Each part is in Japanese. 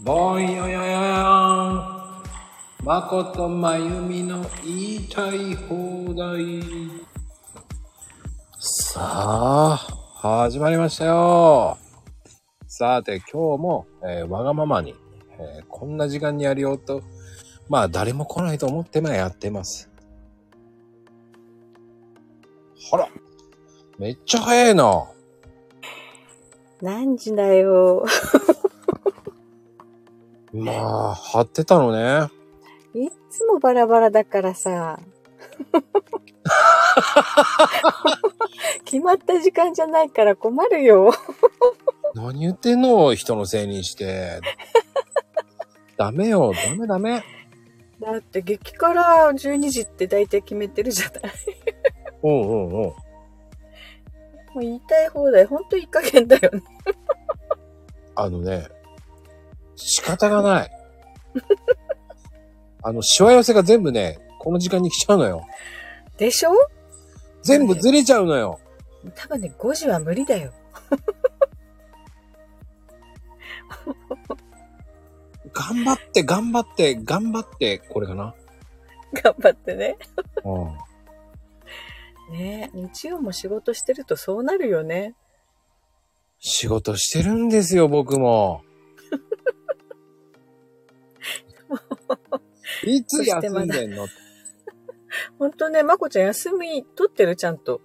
ぼんよよよよん。まことまゆみの言いたい放題。さあ、始まりましたよ。さて、今日も、わがままに、こんな時間にやるよと、まあ誰も来ないと思ってやってます。ほら、めっちゃ早いな。 何時だよ。 まあ、張ってたのね。 いつもバラバラだからさ。決まった時間じゃないから困るよ。 何言ってんの？人のせいにして。ダメよ、ダメ。 だって激辛12時って大体決めてるじゃない。もう言いたい放題、ほんといい加減だよね。 仕方がない。しわ寄せが全部ね、この時間に来ちゃうのよ。 でしょ？ 全部ずれちゃうのよ。 多分ね、5時は無理だよ。 頑張って、これかな。 頑張ってね。 うん。 ねえ、日曜も仕事してるとそうなるよね。 仕事してるんですよ、僕も。いつ休んでんの？ ほんとね、まこちゃん休み取ってる？ちゃんと。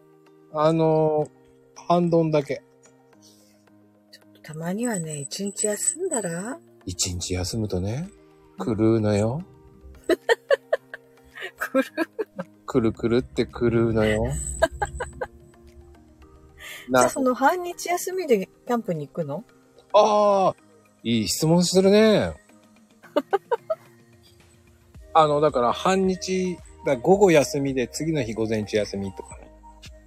半ドンだけ。 ちょっとたまにはね、一日休んだら？ 一日休むとね、狂うのよ。くるくるって狂うのよ。 じゃあその半日休みでキャンプに行くの？ ああ、いい質問するね。だから半日、午後休みで次の日午前中休みとかね。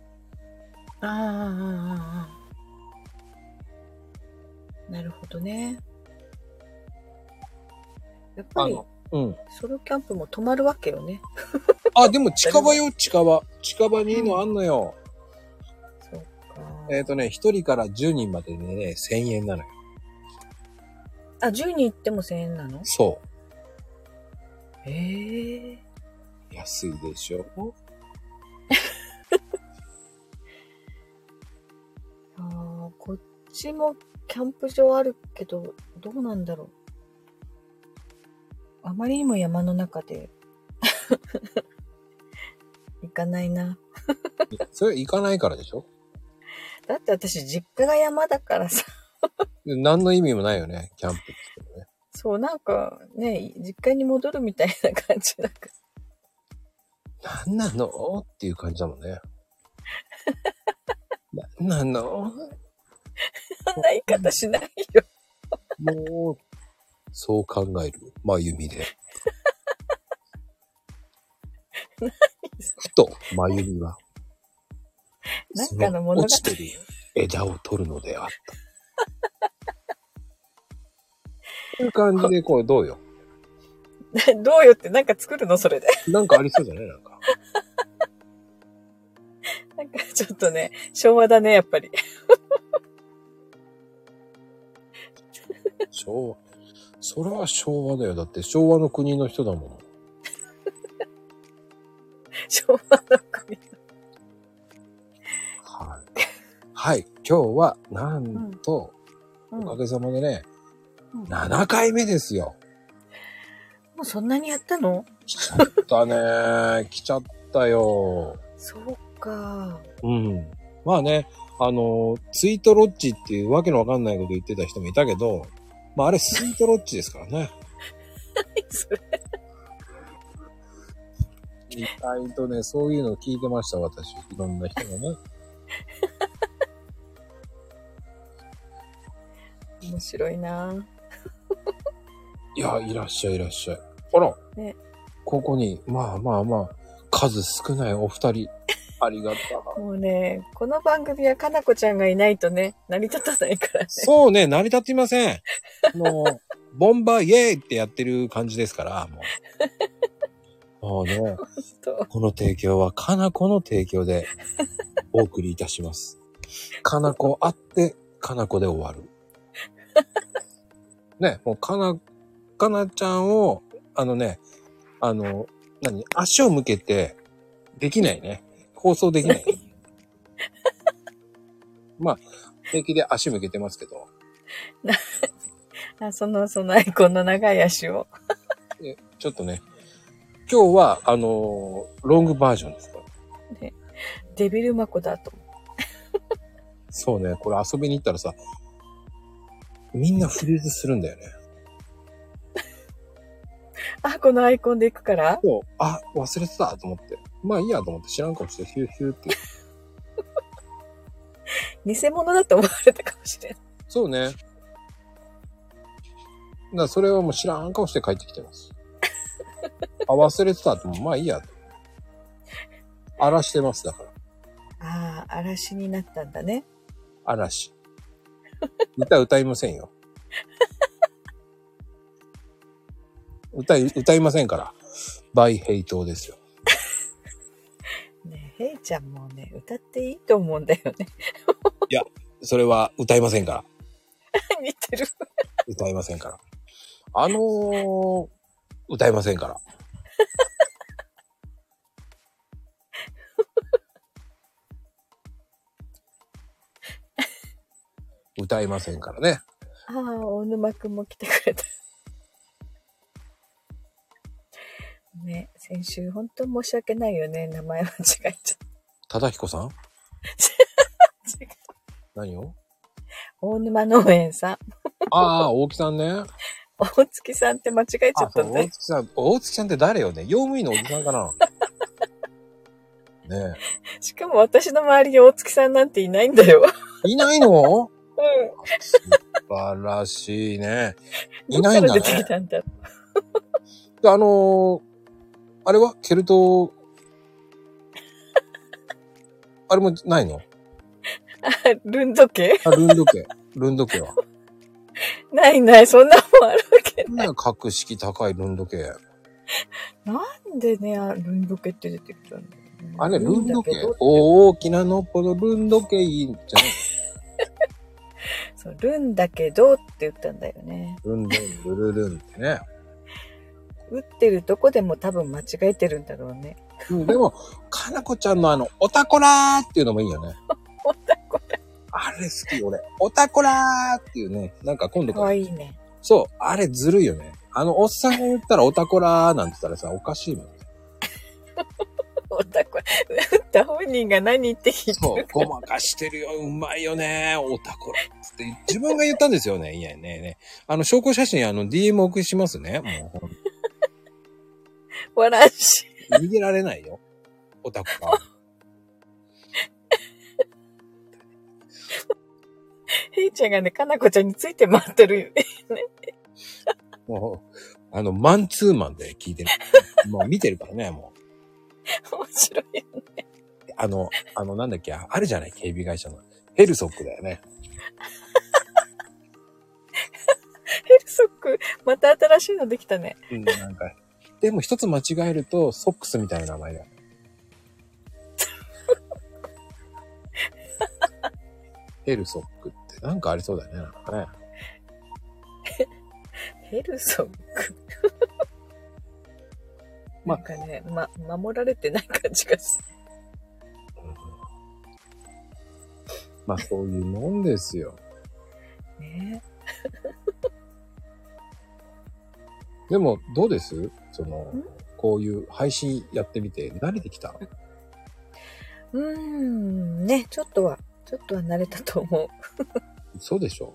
なるほどね。やっぱり、ソロキャンプも泊まるわけよね。 あ、でも近場よ、近場。近場にいいのあんのよ。 そうか。1人から10人まででね、1000円なのよ。 あ、10人行っても1000円なの？ そう。安いでしょ？ こっちもキャンプ場あるけど、どうなんだろう。あまりにも山の中で行かないな。 それ行かないからでしょ？ だって私実家が山だからさ。 何の意味もないよね、キャンプって言ってもね。 そう、なんかね、実家に戻るみたいな感じだから。 何なのっていう感じだもんね。何なの？ そんな言い方しないよ。 もう、そう考える。まゆみで。ふと、まゆみは。 なんかの物語。 落ちてる枝を取るのであった。こういう感じで、これどうよ？ どうよってなんか作るのそれで。 なんかありそうじゃない？なんかちょっとね、昭和だね、やっぱり。 昭和。それは昭和だよ。だって昭和の国の人だもん。 昭和の国。 はい。はい。今日は、なんと、おかげさまでね、7回目ですよ。 もうそんなにやったの？ 来ちゃったね。来ちゃったよ。 そうか。 まあね、ツイートロッジっていうわけのわかんないこと言ってた人もいたけど、まああれスイートロッジですからね。 それ。 意外とね、そういうのを聞いてました、私。いろんな人がね。 面白いなぁ。 いや、いらっしゃい。あら、ね、ここに、まあ、数少ないお二人、ありがた。 もうね、この番組はかなこちゃんがいないとね、成り立たないからね。 そうね、成り立っていません。ボンバーイエーイってやってる感じですから、もうね、この提供はかなこの提供でお送りいたします。かなこあって、かなこで終わる。 ね、もうかなちゃんを、足を向けて、できないね。放送できない。まあ、平気で足向けてますけど。 そのアイコンの長い足を。 ちょっとね、今日は、ロングバージョンですから。 ね、デビルマコだと思う。 そうね、これ遊びに行ったらさ、みんなフリーズするんだよね。 このアイコンで行くから？ そう、忘れてたと思って。まあいいやと思って知らん顔してヒューヒューって。 偽物だと思われたかもしれない。 そうね。だからそれはもう知らん顔して帰ってきてます。忘れてたと思う。まあいいやと。荒らしてます、だから。 嵐になったんだね。 嵐。歌いませんよ。歌いませんから。バイヘイトですよ。 ねえ、ヘイちゃんもね、歌っていいと思うんだよね。 いや、それは歌いませんから。 似てる。 歌いませんから。歌いませんから。歌いませんからね。 大沼くんも来てくれた。ね、先週本当申し訳ないよね。名前間違えちゃった。 忠彦さん？違う。何を？ 大沼農園さん。 大木さんね。 大月さんって間違えちゃったんだよ。 大月さんって誰よね？用務員のおじさんかな？ねえ。しかも私の周りに大月さんなんていないんだよ。 いないの？ うん。 素晴らしいね。いないんだね。 どっから出てきたんだ。 あれはケルト、あれもないの？ ルンド家？ ルンド家は。 ない、そんなもんあるわけない。 格式高いルンド家。 なんでね、ルンド家って出てきたんだよね。 あれ、ルンド家？大きなのっぽどルンド家いいんじゃない？ そう、ルンだけどって言ったんだよね。 ルンルルンってね。 打ってるとこでも多分間違えてるんだろうね。 でも、かなこちゃんのおたこらーっていうのもいいよね。 おたこら。 あれ好き、俺。おたこらーっていうね。なんか今度から。 かわいいね。 そう、あれずるいよね。おっさんが言ったらおたこらーなんて言ったらさ、おかしいもんね。 おたこら。打った本人が何言って聞いてるそう、ごまかしてるよ。うまいよね。おたこらって自分が言ったんですよね。いやね。証拠写真DM 送りしますね。もう。 笑うし。 逃げられないよ。オタクは。 ヘイちゃんがね、かなこちゃんについて回ってるよね。 もう、マンツーマンで聞いてる。もう見てるからね、もう。面白いよね。 なんだっけ、あるじゃない、警備会社の。ヘルソックだよね。 ヘルソック、また新しいのできたね。 なんか。でも一つ間違えると、ソックスみたいな名前だよ。ヘルソックってなんかありそうだよね、なんかね。 ヘルソックなんかね、守られてない感じがする。 まあそういうもんですよ。 ねでも、どうです？こういう配信やってみて慣れてきた？ ね、ちょっとは慣れたと思う。 嘘でしょ？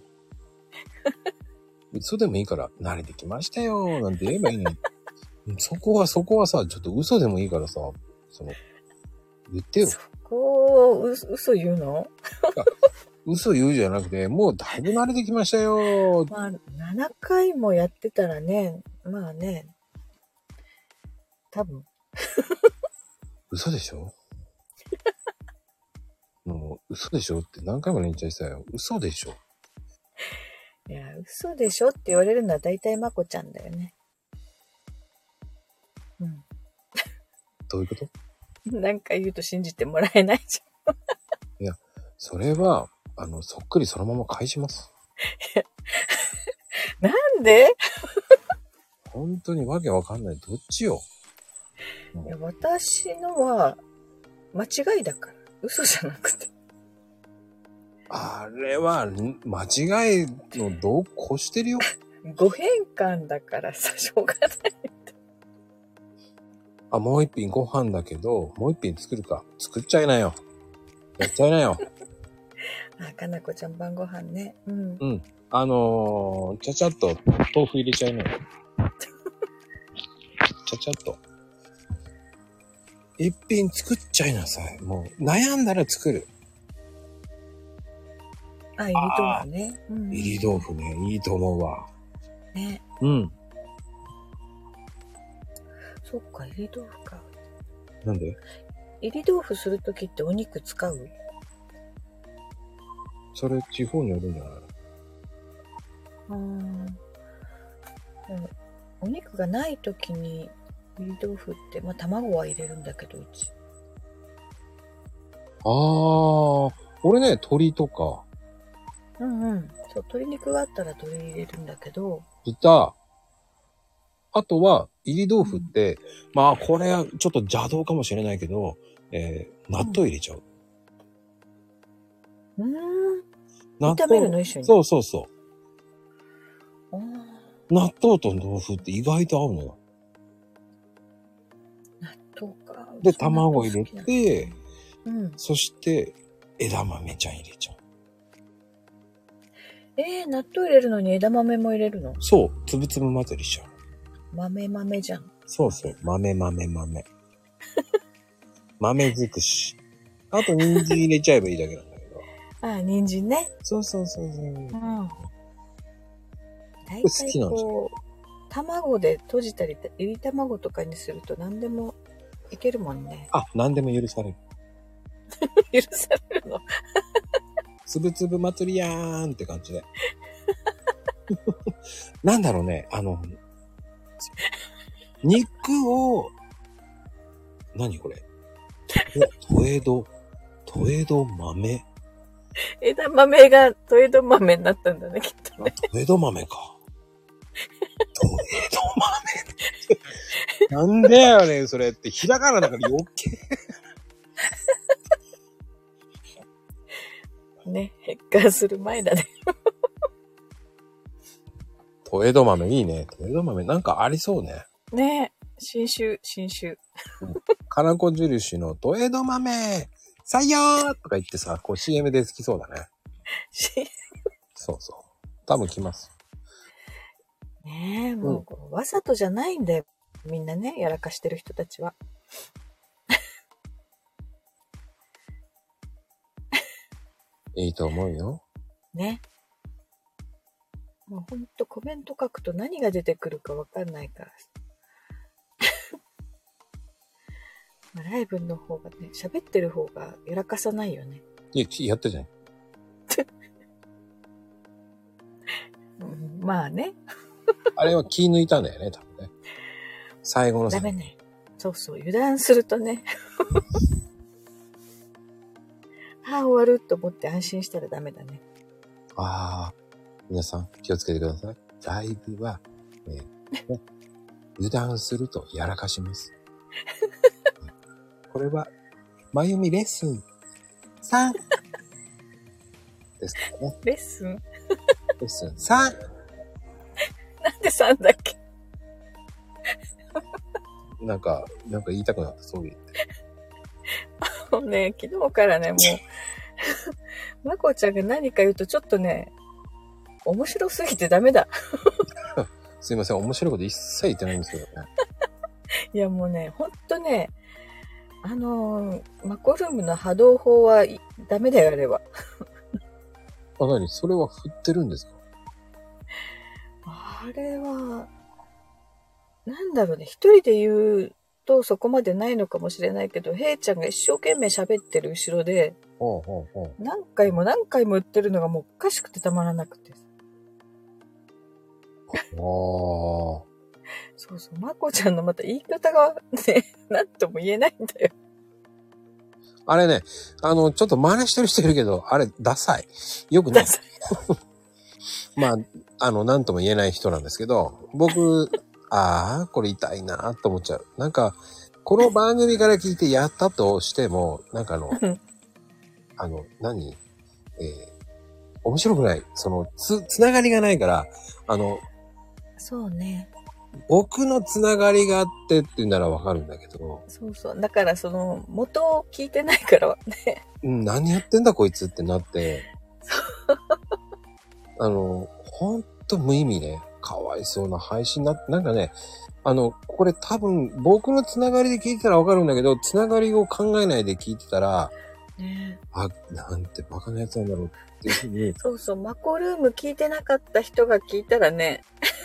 嘘でもいいから慣れてきましたよなんて言えばいいのに。そこはさ、ちょっと嘘でもいいからさ、言ってよ。 そこを嘘言うの？ 嘘言うじゃなくて、もうだいぶ慣れてきましたよ。 まあ、7回もやってたらね、まあね、多分。 嘘でしょ？もう、嘘でしょって何回も連チャンしたよ。嘘でしょ？ いや、嘘でしょって言われるのは大体まこちゃんだよね。うん。 どういうこと？ なんか言うと信じてもらえないじゃん。 いや、それは、そっくりそのまま返します。 なんで？ 本当にわけわかんない。どっちよ。 いや、私のは間違いだから。嘘じゃなくて。 あれは間違いの度を越してるよ。 ご変換だからさ、しょうがない。 あ、もう一品ご飯だけど、もう一品作るか。作っちゃいなよ。やっちゃいなよ。 あ、かなこちゃん晩ご飯ね。うん。 うん。ちゃちゃっと豆腐入れちゃいなよ。ちゃちゃっと。一品作っちゃいなさい。もう、悩んだら作る。 あ、いり豆腐ね。 いり豆腐ね。いいと思うわ。 ね。 うん。 そっか、いり豆腐か。 なんで？ いり豆腐するときってお肉使う？ それ地方によるんじゃない？ お肉がないときにいり豆腐って、まあ卵は入れるんだけど、うち。 俺ね、鶏とか。 うんうん。そう、鶏肉があったら鶏入れるんだけど。 豚。あとは、いり豆腐って、まあ、これはちょっと邪道かもしれないけど、納豆入れちゃう。 炒めるの一緒に。 そうそうそう。納豆と豆腐って意外と合うのよ。 納豆か。 で、卵入れて、そして、枝豆ちゃん入れちゃう。 納豆入れるのに枝豆も入れるの？ そう。つぶつぶ混ぜりしちゃう。 豆じゃん。 そうそう。豆。豆尽くし。あと、人参入れちゃえばいいだけなんだけど。 あ、人参ね。 そう。 大体こう、卵で閉じたり、いり卵とかにすると何でもいけるもんね。 あ、何でも許される。 許されるの？ つぶつぶ祭りやーんって感じで。なんだろうね、肉を、何これ？トエド豆。 枝豆がトエド豆になったんだね、きっとね。 トエド豆か。トエド豆なんでやねん、それって。ひらがなだから余計。 ね、変換する前だね。 トエド豆いいね。トエド豆なんかありそうね。 ねえ、新種。 かなこ印のトエド豆採用とか言ってさ、こう CM で好きそうだね。そう。多分来ます。 ねえ、もう、わざとじゃないんだよ。みんなね、やらかしてる人たちは。 いいと思うよ。 ね。もうほんとコメント書くと何が出てくるかわかんないから。まあ、ライブの方がね、喋ってる方がやらかさないよね。 いや、やったじゃん。 まあね。 あれは気抜いたんだよね、多分ね。最後のダメね。そう、油断するとね。ああ、終わると思って安心したらダメだね。 皆さん気をつけてください。ライブは、油断するとやらかします。これは、まゆみレッスン3ですからね。 レッスンレッスン 3! なんで3だっけ？ なんか言いたくなった、そう言って。 もうね、昨日からね、もう、まこちゃんが何か言うとちょっとね、面白すぎてダメだ。 すいません、面白いこと一切言ってないんですけどね。 いやもうね、ほんとね、マコルームの波動砲はダメだよ、あれは。 何それは振ってるんですか？ あれは、なんだろうね、一人で言うとそこまでないのかもしれないけど、ヘイちゃんが一生懸命喋ってる後ろで、何回も言ってるのがもうおかしくてたまらなくて。そう、まこちゃんのまた言い方がね、なんとも言えないんだよ。 あれね、ちょっと真似してる人いるけど、あれ、ダサい。よくない。 まあ、なんとも言えない人なんですけど、僕、これ痛いなと思っちゃう。なんか、この番組から聞いてやったとしても、なんか面白くない。つながりがないから、 そうね。 僕のつながりがあってっていうならわかるんだけど。 そうそう。だから元を聞いてないからね。 何やってんだこいつってなって。ほんと無意味ね。かわいそうな配信なんかね、これ多分僕のつながりで聞いてたらわかるんだけど、つながりを考えないで聞いてたら、ね、なんてバカなやつなんだろうっていうふうに。 そうそう、マコルーム聞いてなかった人が聞いたらね。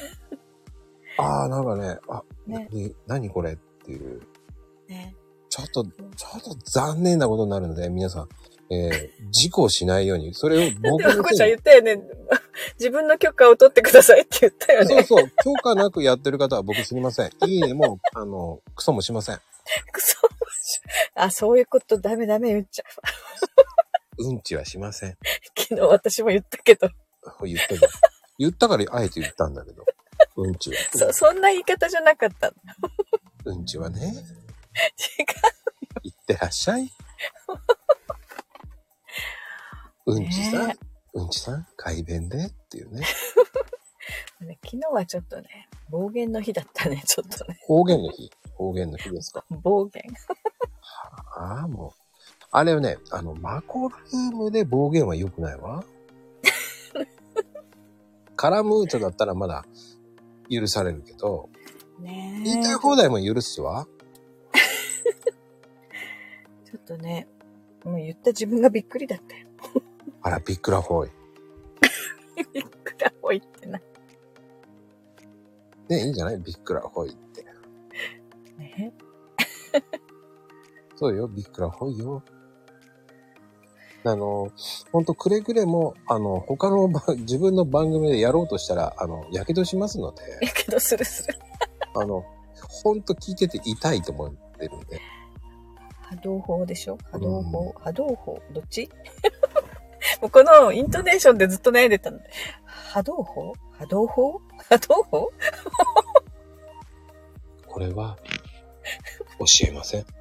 なんかね、何これっていう。 ね。 ちょっと残念なことになるので、皆さん、事故をしないように、それを僕の。 マコちゃん言ったよね。自分の許可を取ってくださいって言ったよね。 そうそう、許可なくやってる方は僕知りません。いいねも、クソもしません。 クソもし、そういうことダメ言っちゃう。うんちはしません。 昨日私も言ったけど。 言ったからあえて言ったんだけど。うんちは。 そんな言い方じゃなかった。 うんちはね。違う。いってらっしゃい。うんちさん、改便でっていうね。 昨日はちょっとね、暴言の日だったね、ちょっとね。 方言の日ですか？ 暴言。 もう。あれはね、マコルームで暴言は良くないわ。カラムーチョだったらまだ許されるけど、ね、言いたい放題も許すわ。 ちょっとね、もう言った自分がびっくりだったよ。 あら、ビックラホイ。 ビックラホイってな。 ね、いいんじゃない？ビックラホイって。 ね。 そうよ、ビックラホイよ。ほんとくれぐれも、他の自分の番組でやろうとしたら、やけどしますので。 やけどする。 ほんと聞いてて痛いと思ってるんで。 波動砲でしょ？波動砲どっち？もうこのイントネーションでずっと悩んでたの。波動砲これは、教えません。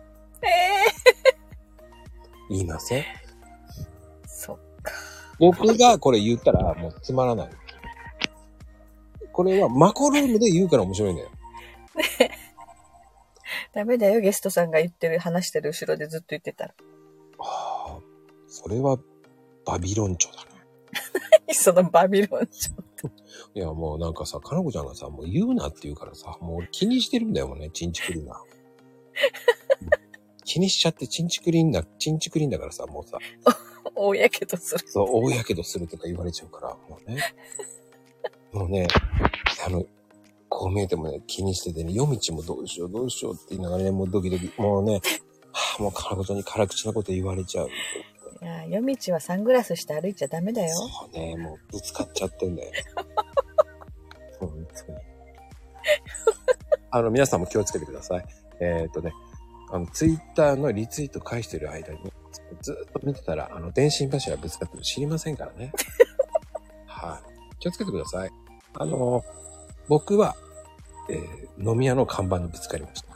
言いません。 そっか。 僕がこれ言ったらもうつまらない。これはマコルームで言うから面白いんだよ。 ね、ダメだよ、ゲストさんが話してる後ろでずっと言ってたら。 それはバビロンチョだね。 何そのバビロンチョ。 いやもうなんかさ、かなこちゃんがさ、もう言うなって言うからさ、もう俺気にしてるんだよね、チンチクリンが。気にしちゃってチンチクリンだからさ、もうさ。 大やけどする。 そう、大やけどするとか言われちゃうから、もうね、こう見えてもね、気にしててね、夜道もどうしようって言いながらね、もうドキドキ、もうね、もうかなこちゃんに辛口なこと言われちゃう。 いや、夜道はサングラスして歩いちゃダメだよ。 そうね、もうぶつかっちゃってんだよ。本当に。皆さんも気をつけてください。ツイッターのリツイート返してる間に、ずっと見てたら、電信柱ぶつかってるの知りませんからね。はい。気をつけてください。僕は、飲み屋の看板にぶつかりました。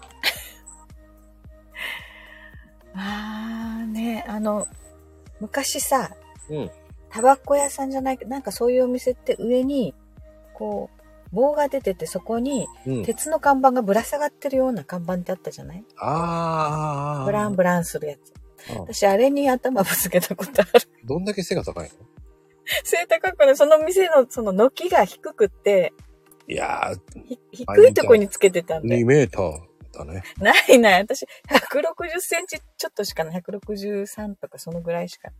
ね、昔さ、タバコ屋さんじゃないけど、なんかそういうお店って上に、こう、棒が出ててそこに、鉄の看板がぶら下がってるような看板ってあったじゃない？ブランブランするやつ。私、あれに頭ぶつけたことある。 どんだけ背が高いの？ 背高くない。その店のその軒が低くって、 いやー、低いとこにつけてたんだよ。 2メーターだね。 ない。私、160センチちょっとしかない。163とかそのぐらいしか。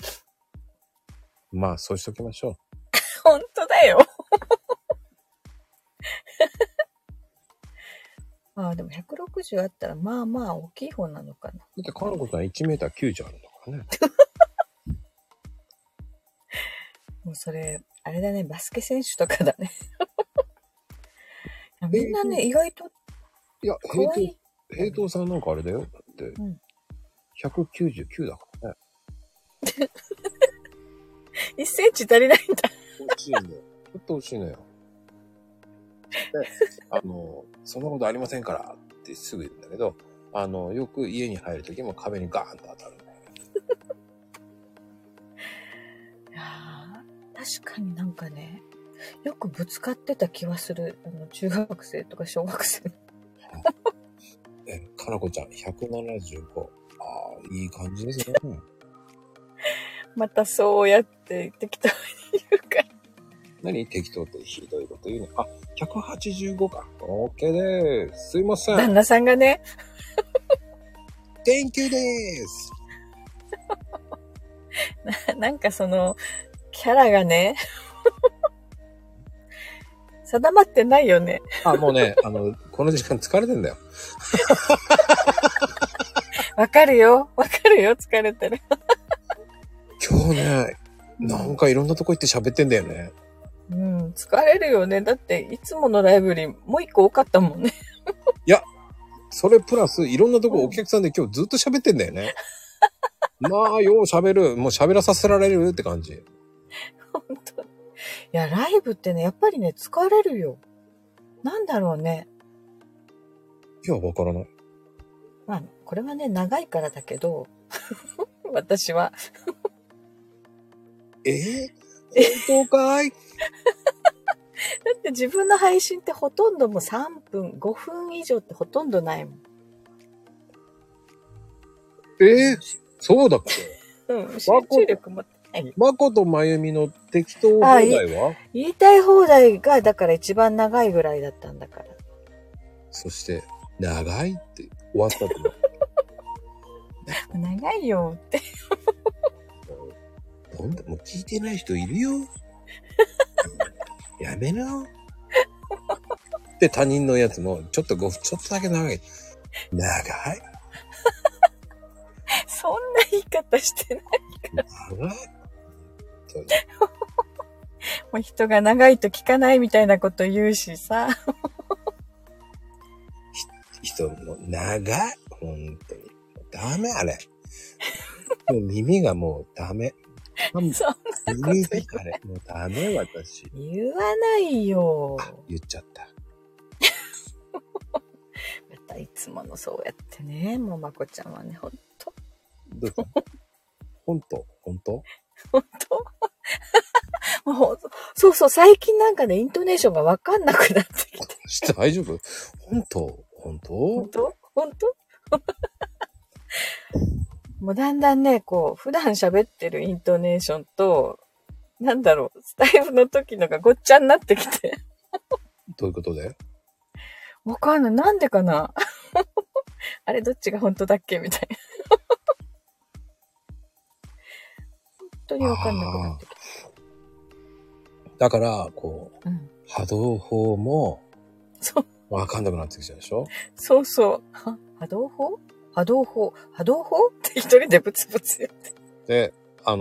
まあ、そうしときましょう。 本当だよ。でも160あったら、まあまあ大きい方なのかな。だって、かなこさん1メーター90あるんだからね。 もうそれ、あれだね、バスケ選手とかだね。みんなね、意外と。 いや、平等さんなんかあれだよ。だって、199だからね。 1センチ足りないんだ。 しいんだよ。ちょっと欲しいのよ。で、そんなことありませんからってすぐ言うんだけど、よく家に入るときも壁にガーンと当たるんだよね。 いや確かになんかね、よくぶつかってた気はする。中学生とか小学生。 かなこちゃん、175。ああ、いい感じですね。 またそうやって適当に言うから。 何適当ってひどいこと言うね。あ、185か。OK でーす。すいません。 旦那さんがね。 Thank you でーす。 なんかその、キャラがね、定まってないよね。 あ、もうね、この時間疲れてんだよ。 わかるよ。疲れてる。 今日ね、なんかいろんなとこ行って喋ってんだよね。 うん、疲れるよね。だって、いつものライブよりもう一個多かったもんね。 いや、それプラス、いろんなとこお客さんで今日ずっと喋ってんだよね。まあ、よう喋る。もう喋らさせられるって感じ。 本当。いや、ライブってね、やっぱりね、疲れるよ。なんだろうね。 いや、わからない。 まあ、これはね、長いからだけど、私は。 本当かい？だって自分の配信ってほとんどもう3分、5分以上ってほとんどないもん。 そうだっけ？ うん、集中力もない。 まことまゆみの適当放題は？ 言いたい放題が、だから一番長いぐらいだったんだから。 そして、長いって終わったって。 長いよって。 もう聞いてない人いるよ。やめな。で、他人のやつも、ちょっとだけ長い。長い。 そんな言い方してないから。 長い。 もう人が長いと聞かないみたいなこと言うしさ。 人も長い。本当に。ダメあれ。もう耳がもうダメ。 そんなこと言う。 あれ、もうダメ私。 言わないよ。 言っちゃった。 またいつものそうやってね、もうまこちゃんはね、ほんと。 どうぞ。ほんともうそうそう、最近なんかね、イントネーションがわかんなくなってきて。 大丈夫？本当もうだんだんね、こう、普段喋ってるイントネーションと、なんだろう、スタイフの時のがごっちゃになってきて。 どういうことで？ わかんない。なんでかなあれどっちが本当だっけみたいな。本当にわかんなくなってきた。 だから、こう、波動砲も、わかんなくなってきちゃうでしょ？ そうそう。波動砲って一人でブツブツ言って。 で、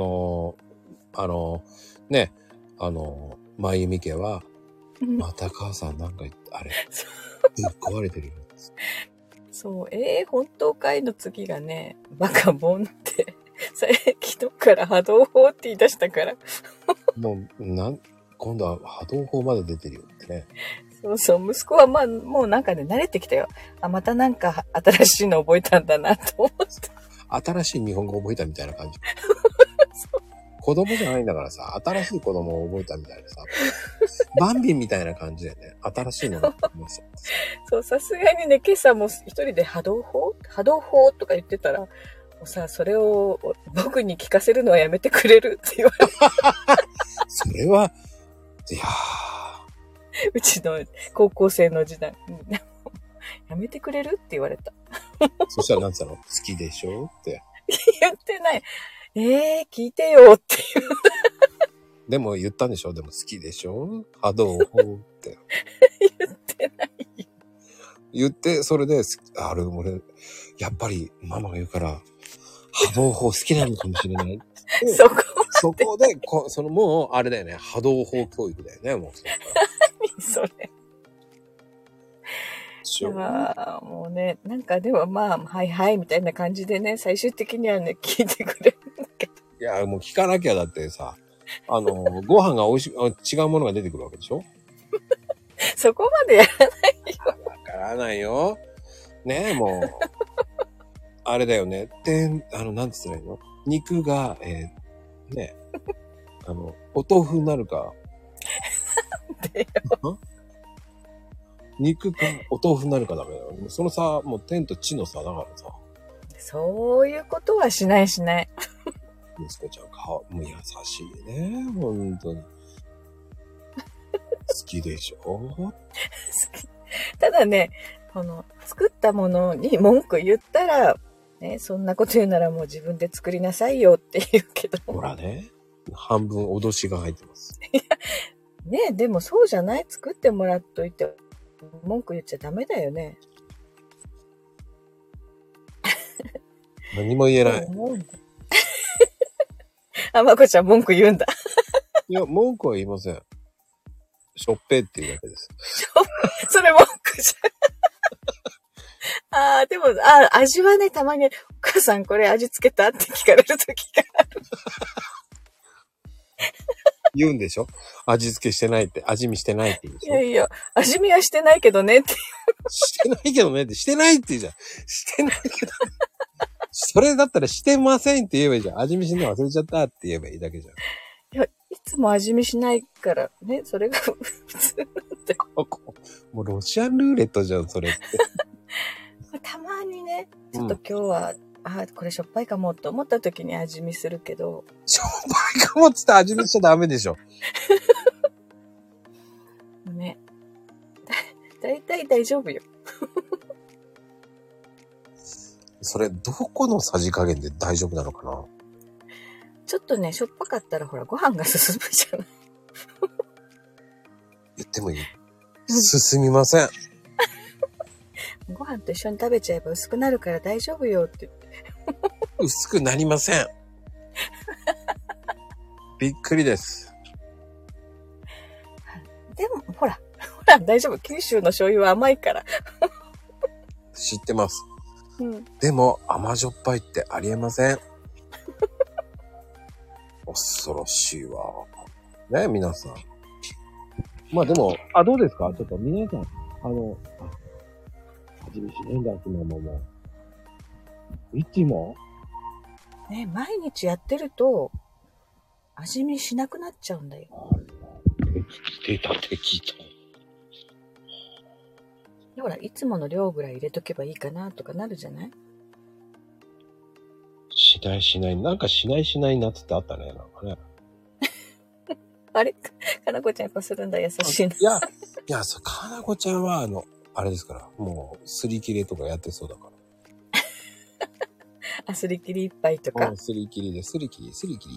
ね、まゆみ家は、また母さんなんか、あれ、ぶっ壊れてるよ。 そう、本当かいの次がね、バカボンって、昨日から波動砲って言い出したから。 もう、今度は波動砲まで出てるよってね。 そうそう、息子はまあ、もうなんかね、慣れてきたよ。またなんか新しいの覚えたんだなと思って。 新しい日本語覚えたみたいな感じ。子供じゃないんだからさ、新しい子供を覚えたみたいなさ、バンビンみたいな感じでね、新しいのがありました。 そう、さすがにね、今朝も一人で波動砲とか言ってたら、もうさ、それを僕に聞かせるのはやめてくれるって言われて。 それは、いやー。うちの高校生の時代、やめてくれるって言われた。 そしたらなんつったの？好きでしょって。 言ってない。聞いてよって言う。 でも言ったんでしょ？でも好きでしょ？波動砲って。 言ってない。 言って、それで、俺、やっぱりママが言うから、波動砲好きなのかもしれない。そこで、もう、あれだよね、波動砲教育だよね、もう。 何それ。もうね、なんかでもまあ、はいはいみたいな感じでね、最終的にはね、聞いてくれるんだけど。 いや、もう聞かなきゃだってさ、 ご飯が美味しい、違うものが出てくるわけでしょ？ そこまでやらないよ。 わからないよ。ねえ、もう。あれだよね。なんつったらいいの？肉が、ね、お豆腐になるか。 でよ。 肉かお豆腐になるかダメだよ。その差、もう天と地の差だからさ。 そういうことはしないしない。 息子ちゃんもう優しいね。本当に。好きでしょ？好き。ただね、作ったものに文句言ったら、ね、そんなこと言うならもう自分で作りなさいよって言うけど。 ほらね。半分脅しが入ってます。 いや、ね、でもそうじゃない？作ってもらっといて、文句言っちゃダメだよね。 何も言えない。 あ、まこちゃん文句言うんだ。 いや、文句は言いません。しょっぺっていうだけです。 それ文句じゃん。でも、味はね、たまに、お母さんこれ味付けたって聞かれるときがある。 言うんでしょ？味付けしてないって、味見してないって言うんでしょ？ いやいや、味見はしてないけどねって。 してないけどねって、してないって言うじゃん。してないけど。それだったらしてませんって言えばいいじゃん。味見しんの忘れちゃったって言えばいいだけじゃん。 いや、いつも味見しないからね、それが普通なんて。 もうロシアンルーレットじゃん、それって。 たまにね、ちょっと今日は、これしょっぱいかもって思った時に味見するけど。 しょっぱいかもっつって味見しちゃダメでしょ。 ね。だいたい大丈夫よ。 それ、どこのさじ加減で大丈夫なのかな？ ちょっとね、しょっぱかったらほら、ご飯が進むじゃない。 言ってもいい？進みません。 ご飯と一緒に食べちゃえば薄くなるから大丈夫よって言って。 薄くなりません。びっくりです。 でも、ほら、大丈夫。九州の醤油は甘いから。 知ってます。 うん、 でも、甘じょっぱいってありえません。恐ろしいわ。ね、皆さん。まあでも、どうですか？ちょっと皆さん、味見しないんだ、君ももう。いつもね、毎日やってると、味見しなくなっちゃうんだよ。 出た敵と。 ほら、いつもの量ぐらい入れとけばいいかなとかなるじゃない？ しない。なんかしない夏ってあったね、なんかね。 あれかなこちゃんやっぱするんだ、優しいな。 いや、かなこちゃんは、あれですから、もう、すり切れとかやってそうだから。 すり切り一杯とか。 すり切りで、すり切りって言ってん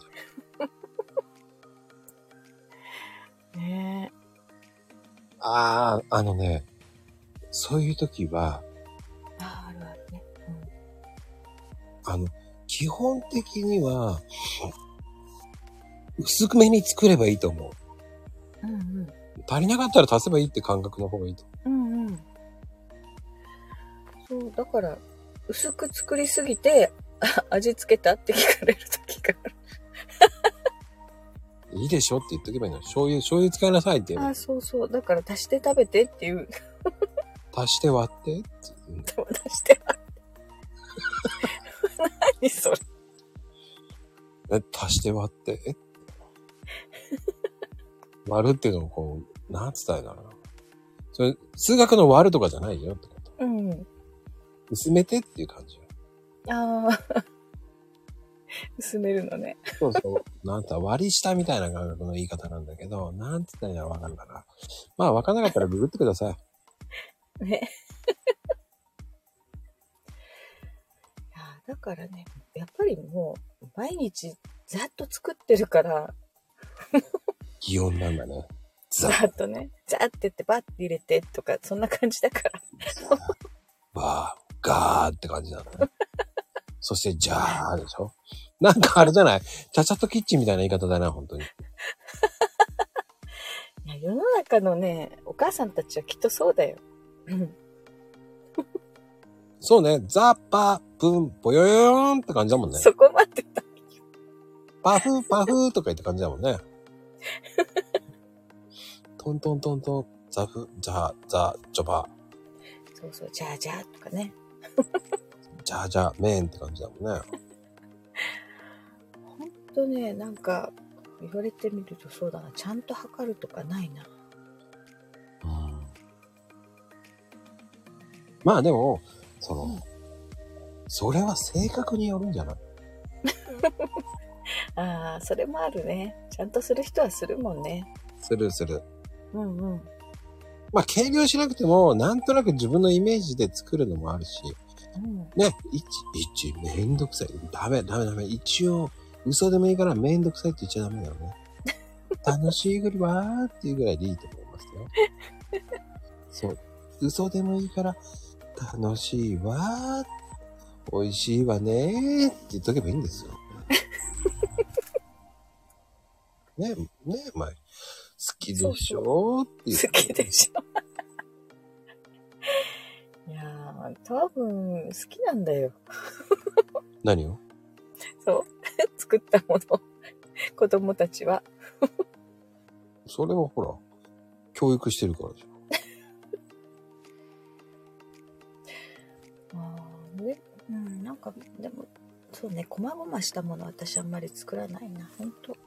じゃん。 ねえ。そういう時は、 あるあるね。 基本的には、薄めに作ればいいと思う。 うんうん。 足りなかったら足せばいいって感覚の方がいいと思う。 うんうん。そう、だから、薄く作りすぎて、味付けたって聞かれる時がある。 いいでしょって言っとけばいいの。醤油使いなさいって言えばいい。 そうそう。だから足して食べてっていう。 足して割ってって言う。 足して割って。何それ。 足して割って割るっていうのもこう、なんつったらいいんだろうな。それ、数学の割るとかじゃないよってこと。 うん。 薄めてっていう感じよ。 薄めるのね。 そうそう。なんか割り下みたいな感覚の言い方なんだけど、なんつったらいいんだろうわかるかな。まあわかんなかったらググってください。 ね。だからね、やっぱりもう、毎日ざっと作ってるから。 擬音なんだね。 ざっとね。ざって言ってバッて入れてとか、そんな感じだから。 バー、ガーって感じなんだね。そして、ジャーでしょ？なんかあれじゃない？チャチャットキッチンみたいな言い方だな、本当に。いや、世の中のね、お母さんたちはきっとそうだよ。そうね、ザッパー、プン、ポヨヨヨーンって感じだもんね。 そこまでだ。 パフパフとか言った感じだもんね。トントントントン、ザフ、ザ、ジョバ。 そうそう、ジャージャーとかね。 ジャージャー、メンって感じだもんね。 ほんとね、なんか、言われてみるとそうだな。ちゃんと測るとかないな。 まあでも、それは性格によるんじゃない？ ああ、それもあるね。ちゃんとする人はするもんね。 する。 うんうん。 まあ、計量しなくても、なんとなく自分のイメージで作るのもあるし。 うん、 ね、めんどくさい。ダメ。一応、嘘でもいいからめんどくさいって言っちゃダメだよね。楽しいぐらいわーっていうぐらいでいいと思いますよ。そう。嘘でもいいから、楽しいわー、美味しいわねーって言っとけばいいんですよ。ね、まあ、好きでしょって言って。 好きでしょ。いやー、多分好きなんだよ。 何を？ そう。作ったもの。子供たちは。 それはほら、教育してるからでしょ。 うん、なんか、でも、そうね、細々したもの私あんまり作らないな、ほんと。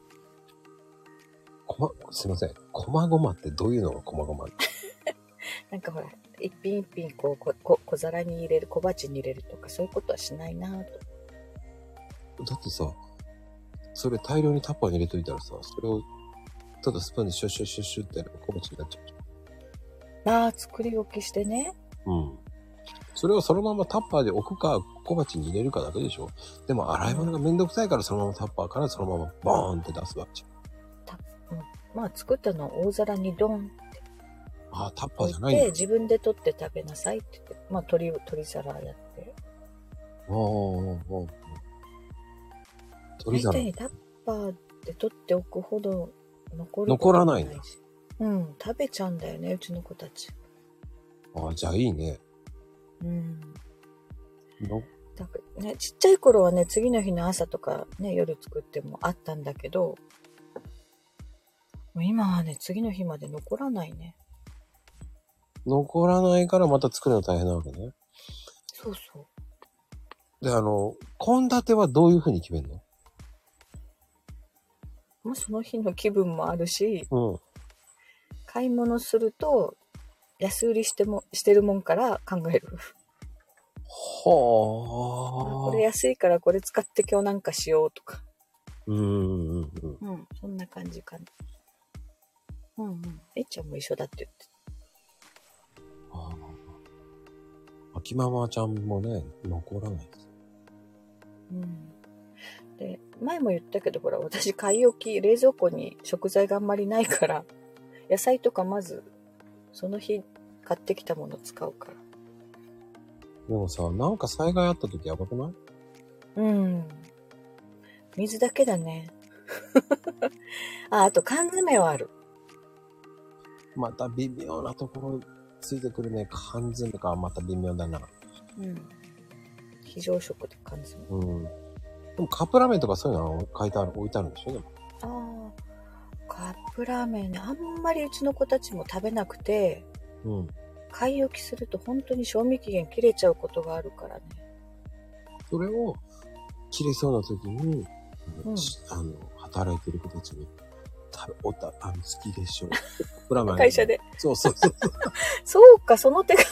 すいません。細々ってどういうのが細々？ なんかほら、一品一品小皿に入れる、小鉢に入れるとか、そういうことはしないなぁと。 だってさ、それ大量にタッパーに入れといたらさ、それをただスプーンでシュッシュッシュッシュッってやれば小鉢になっちゃうじゃん。ああ、作り置きしてね。 うん。それをそのままタッパーで置くか小鉢に入れるかだけでしょ。でも洗い物がめんどくさいからそのままタッパーからそのままボーンって出すわけじゃん。 まあ作ったのを大皿にドンってああ、タッパーじゃないんだ。 自分で取って食べなさいって言って、まあ取り皿やって。 取り皿。 大体タッパーで取っておくほど残らないんだ。 うん、食べちゃうんだよね、うちの子たち。 ああ、じゃあいいね。 うん。だからね、ちっちゃい頃はね、次の日の朝とかね、夜作ってもあったんだけど、もう今はね、次の日まで残らないね。 残らないからまた作るの大変なわけね。 そうそう。 で、献立はどういう風に決めるの？ まあ、その日の気分もあるし、 うん。 買い物すると、安売りしてるもんから考える。 はあ。 これ安いからこれ使って今日なんかしようとか。 うん、 そんな感じかな。えっちゃんも一緒だって言って。 秋ママちゃんもね、残らないです。 で、前も言ったけど、ほら、私買い置き、冷蔵庫に食材があんまりないから、野菜とかまず、その日買ってきたもの使うから。 でもさ、なんか災害あった時やばくない？ 水だけだね。あと缶詰はある。 また微妙なところついてくるね。缶詰か、また微妙だな。 非常食で缶詰。 でもカップラーメンとかそういうのは置いてあるんでしょ？でも。 カップラーメンね、あんまりうちの子たちも食べなくて、買い置きすると本当に賞味期限切れちゃうことがあるからね。 それを切れそうな時に、働いてる子たちに好きでしょう。プラマン会社で。 そう。 そうか、その手が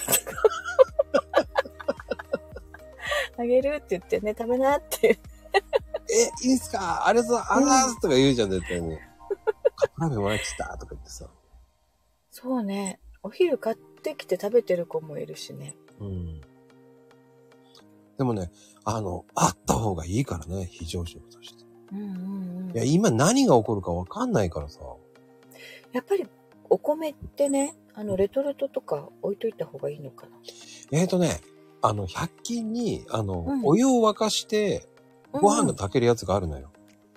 あげるって言ってね、食べなっていう。 いいっすか？ありがとうございますとか言うじゃん、絶対に。カップラーメンもらってきたとか言ってさ。 そうね。お昼買ってきて食べてる子もいるしね。 でもね、あった方がいいからね、非常食として。いや、今何が起こるかわかんないからさ。 やっぱり、お米ってね、レトルトとか置いといた方がいいのかな。 100均に、お湯を沸かして、ご飯が炊けるやつがあるのよ。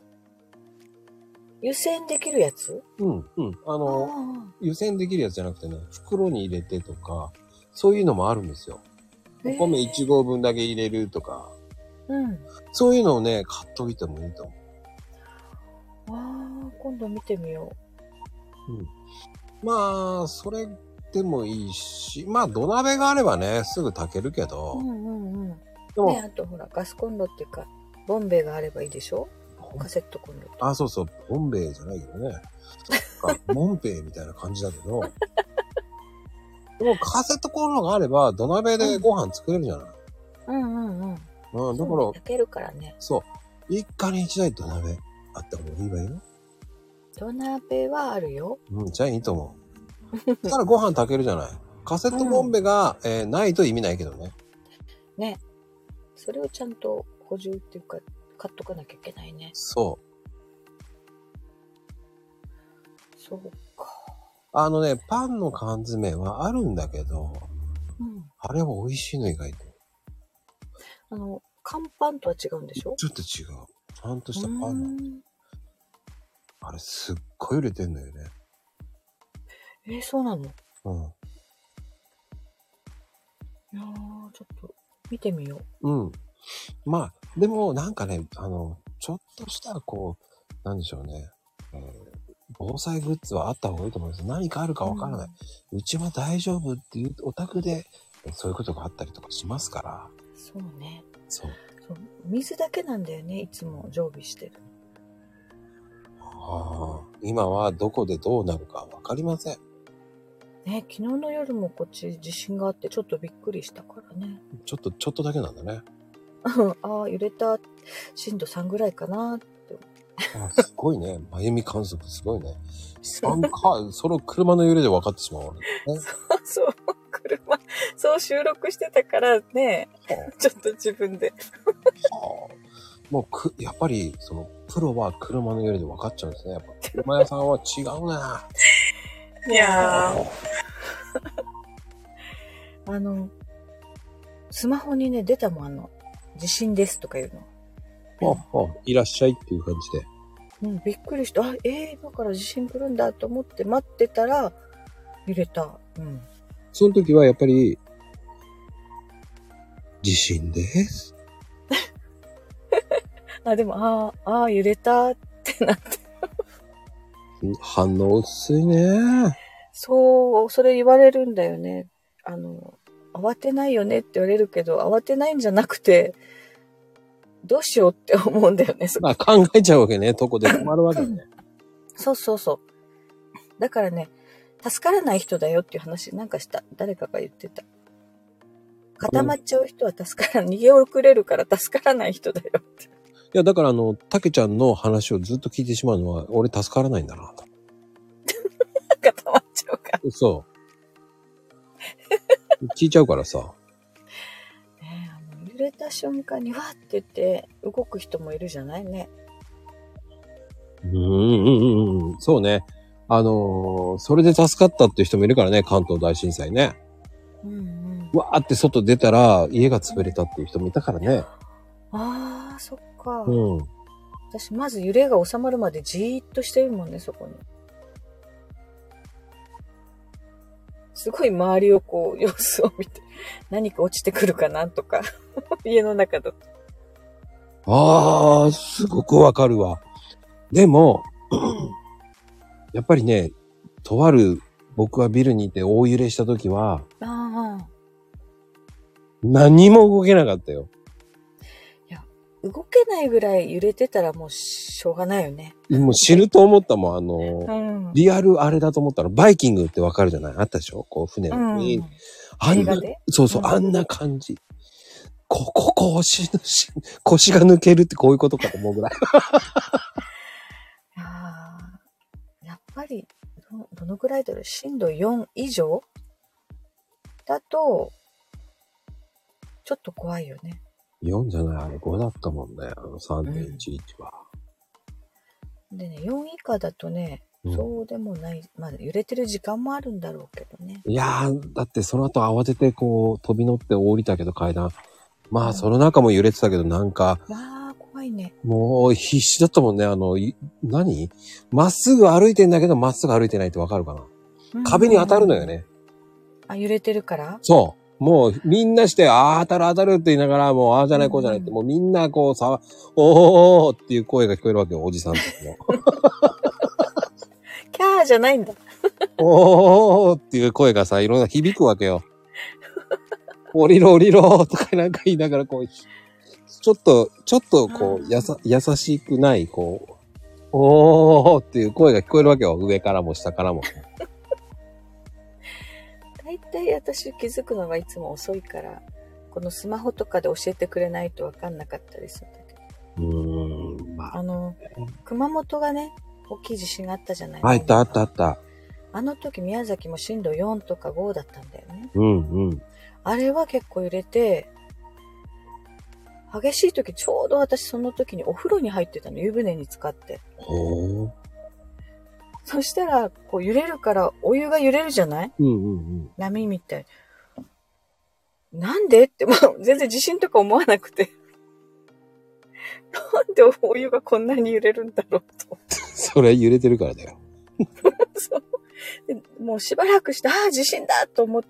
湯煎できるやつ？ 湯煎できるやつじゃなくてね、袋に入れてとか、そういうのもあるんですよ。お米1合分だけ入れるとか。そういうのをね、買っといてもいいと思う。 今度見てみよう。うん。まあ、それでもいいし、まあ土鍋があればね、すぐ炊けるけど。 でも、ね、あとほら、ガスコンロっていうか、ボンベがあればいいでしょ？カセットコンロ。 そうそう、ボンベじゃないけどね。モンペイみたいな感じだけど。でもカセットコンロがあれば土鍋でご飯作れるじゃない。だから。 焼けるからね。 そう。一家に一台土鍋あった方がいいわよ。 土鍋はあるよ。 じゃあいいと思う。そしたらご飯炊けるじゃない。カセットボンベが、ないと意味ないけどね。 ね。それをちゃんと補充っていうか、買っとかなきゃいけないね。 そう。 そうか。 パンの缶詰はあるんだけど、あれは美味しいの意外と。 乾パンとは違うんでしょ？ ちょっと違う。ちゃんとしたパン。あれすっごい売れてんだよね。 そうなの？いやー、ちょっと見てみよう。まあ、でもなんかね、ちょっとしたなんでしょうね。防災グッズはあった方がいいと思います。何かあるかわからない。うちは大丈夫っていうお宅で、そういうことがあったりとかしますから。 そうね。 そう。 水だけなんだよね、いつも常備してる。 今はどこでどうなるかわかりません。 ね、昨日の夜もこっち地震があってちょっとびっくりしたからね。 ちょっとだけなんだね。 揺れた震度3ぐらいかなって。 すごいね。真由美観測すごいね。その車の揺れで分かってしまうわけですね。 そう、そう収録してたからね、ちょっと自分で。 もうやっぱり、プロは車の揺れで分かっちゃうんですね。やっぱ、車屋さんは違うな。 いやー。スマホにね、出たもん、地震ですとかいうの。 いらっしゃいっていう感じで。 びっくりした。今から地震来るんだと思って待ってたら、揺れた。 その時はやっぱり、地震です。 でも、揺れたってなって。 反応薄いね。 そう、それ言われるんだよね。慌てないよねって言われるけど、慌てないんじゃなくて、どうしようって思うんだよね。 考えちゃうわけね。とこで止まるわけね。 そう。だからね、助からない人だよっていう話なんか誰かが言ってた。固まっちゃう人は逃げ遅れるから助からない人だよって。 いや、だからたけちゃんの話をずっと聞いてしまうのは、俺助からないんだなと。 固まっちゃうから。 そう。聞いちゃうからさ。 揺れた瞬間にわーって言って動く人もいるじゃないね。 そうね。それで助かったっていう人もいるからね、関東大震災ね。わーって外出たら家が潰れたっていう人もいたからね。 そっか。私まず揺れが収まるまでじーっとしてるもんね、そこに。すごい周りを様子を見て、何か落ちてくるかなとか、家の中だと。すごくわかるわ。でも、やっぱりね、とある僕はビルにいて大揺れした時は、何も動けなかったよ。 いや、動けないぐらい揺れてたらもうしょうがないよね。 もう死ぬと思ったもん。リアルあれだと思ったら、バイキングってわかるじゃない？あったでしょ？船の上に。そう、あんな感じ。腰が抜けるってこういうことかと思うぐらい。 やっぱり、どのぐらいだろう？震度4以上だと、ちょっと怖いよね。 4じゃない、あれ5だったもんね。3.11 は。 でね、4以下だとね、そうでもない。揺れてる時間もあるんだろうけどね。 いやー、だってその後慌てて飛び乗って降りたけど階段。その中も揺れてたけどなんか。 怖いね。 もう必死だったもんね。まっすぐ歩いてんだけどまっすぐ歩いてないってわかるかな？壁に当たるのよね。 揺れてるから？ そう。 もうみんなして、当たる当たるって言いながら、もうじゃないこうじゃないって、もうみんなこうおーっていう声が聞こえるわけよ、おじさんたちも。 キャーじゃないんだ。 おーっていう声がさ、いろんな響くわけよ。降りろ降りろとかなんか言いながら、こう、ちょっとこう、優しくない、こう、おーっていう声が聞こえるわけよ。上からも下からも。 大体私気づくのがいつも遅いから、このスマホとかで教えてくれないと分かんなかったりするんだけど。 まあ。 熊本がね、大きい地震があったじゃない。 あった。 あの時宮崎も震度4とか5だったんだよね。 うん。 あれは結構揺れて、激しい時、ちょうど私その時にお風呂に入ってたの、湯船に浸かって。そしたら、こう揺れるから、お湯が揺れるじゃない？波みたい。なんでって、もう全然地震とか思わなくて。なんでお湯がこんなに揺れるんだろうと。 それ揺れてるからだよ。 そうでもうしばらくして、地震だと思って、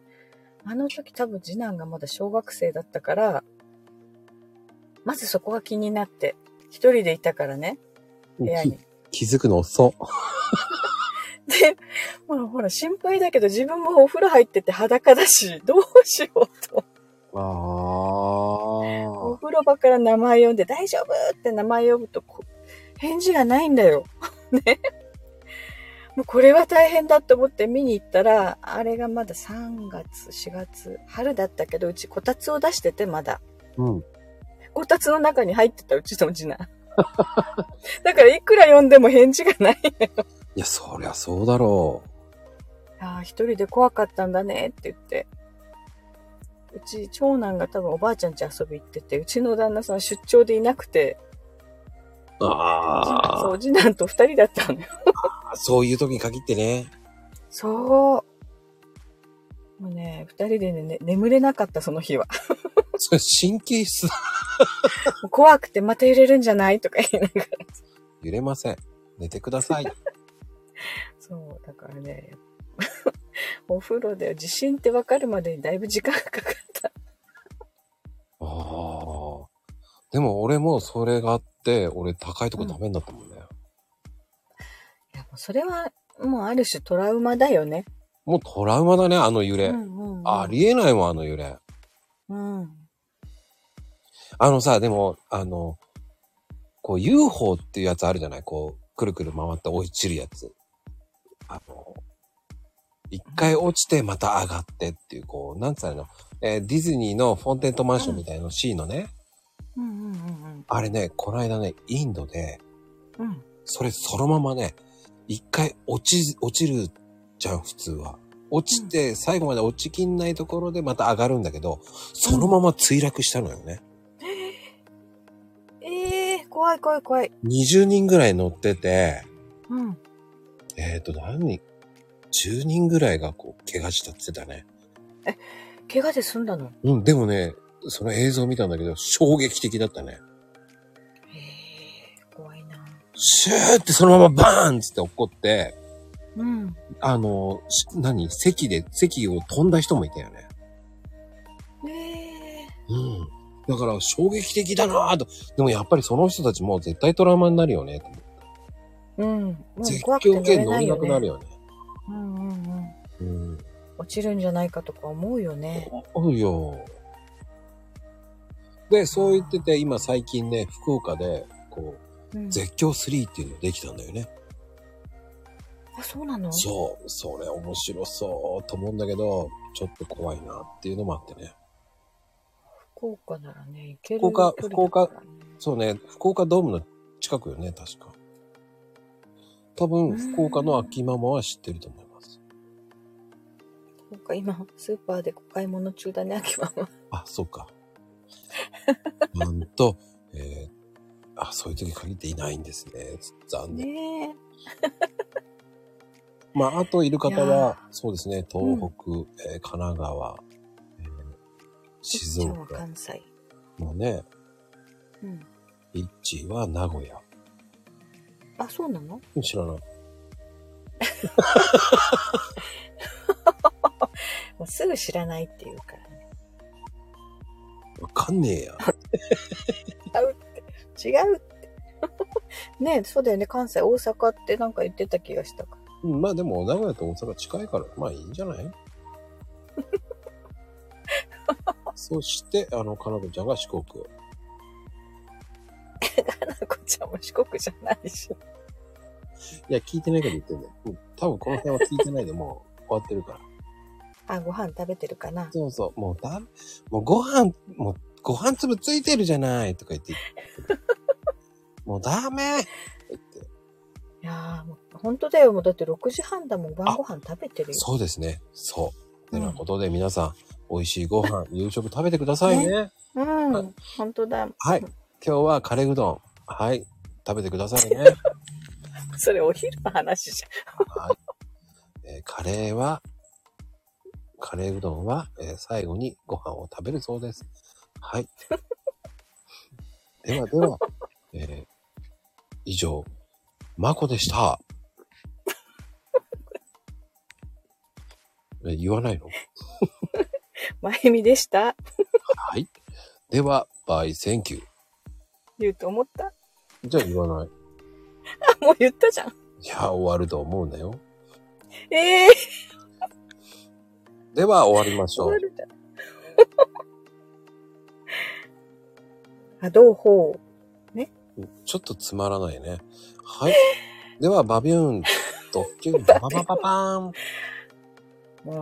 あの時多分次男がまだ小学生だったから、まずそこが気になって、一人でいたからね、部屋に。 気づくの遅。 で、ほら心配だけど自分もお風呂入ってて裸だし、どうしようと。お風呂場から名前呼んで大丈夫って名前呼ぶと返事がないんだよ。ね。もうこれは大変だと思って見に行ったら、あれがまだ3月、4月、春だったけど、うちこたつを出しててまだ。こたつの中に入ってたうちの次男。だからいくら呼んでも返事がないのよ。 いや、そりゃそうだろう。一人で怖かったんだねって言って。うち長男が多分おばあちゃん家遊び行ってて、うちの旦那さん出張でいなくて。そう、次男と2人だったのよ。 そういう時に限ってね。 そう。もうね、2人でね、眠れなかったその日は。 それ神経質だ。 怖くてまた揺れるんじゃないとか言いながら。 揺れません。寝てください。そう、 だからね、お風呂で地震って分かるまでにだいぶ時間がかかった。 でも俺もそれがあって、俺高いとこダメになったもんね。 いや、もうそれはもうある種トラウマだよね。 もうトラウマだね、あの揺れ。ありえないもん、あの揺れ。でも、こう UFO っていうやつあるじゃない？こう、くるくる回って落ちるやつ。一回落ちてまた上がってっていう、こう、なんつうの、ディズニーのフォンテントマンションみたいなシーンのね。あれね、この間ね、インドで、それそのままね、一回落ちるじゃん、普通は。落ちて、最後まで落ちきんないところでまた上がるんだけど、そのまま墜落したのよね。 怖い。 20人ぐらい乗ってて、10人ぐらいがこう、怪我したって言ってたね。 怪我で済んだの？ でもね、その映像見たんだけど、衝撃的だったね。 怖いな。 シューってそのままバーンって起こって、席を飛んだ人もいたよね。だから衝撃的だなぁと。でもやっぱりその人たちも絶対トラウマになるよね、と思った。絶叫系乗れなくなるよね。 落ちるんじゃないかとか思うよね。 思うよ。で、そう言ってて、今最近ね、福岡で、こう、絶叫3っていうのできたんだよね。 そうなの？ そう。それ面白そうと思うんだけど、ちょっと怖いなっていうのもあってね。 福岡ならね、行ける。 福岡、そうね、福岡ドームの近くよね、確か。多分、福岡の秋ママは知ってると思います。 なんか今、スーパーでお買い物中だね、秋ママ。 あ、そうか。そういう時限っていないんですね。残念。あといる方は、そうですね、東北、神奈川、静岡。 関西。 もうね、イッチは名古屋。 そうなの？ 知らない。 もうすぐ知らないって言うからね。 わかんねえや。 違うって。ねえ、そうだよね。関西、大阪ってなんか言ってた気がしたから。 うん、まあでも名古屋と大阪近いから、まあいいんじゃないそして、かなこちゃんが四国。 かなこちゃんも四国じゃないし。 いや、聞いてないから言ってんだよ。多分この辺は聞いてないでもう終わってるから。 あ、ご飯食べてるかな。 そうそう。もうご飯粒ついてるじゃないとか言って。もうダメって言って。 いやー、もう本当だよ。もうだって6時半だもん。晩ご飯食べてるよ。 そうですね。そう。てなことで皆さん、美味しいご飯、夕食食べてくださいね。 うん。はい、本当だ。 はい。今日はカレーうどん。はい。食べてくださいね。 それお昼の話じゃん。はい。 カレーうどんは、最後にご飯を食べるそうです。はい。では、以上、まこでした。言わないの？ まゆみでした。 はい。では、バイセンキュー。 言うと思った？ じゃあ言わない。 あ、もう言ったじゃん。いや、終わると思うんだよ。 では終わりましょう。終わるじゃん。 あ、どうほう。ね。 ちょっとつまらないね。はい。では、バビューン、ドッキュン、バババババーン。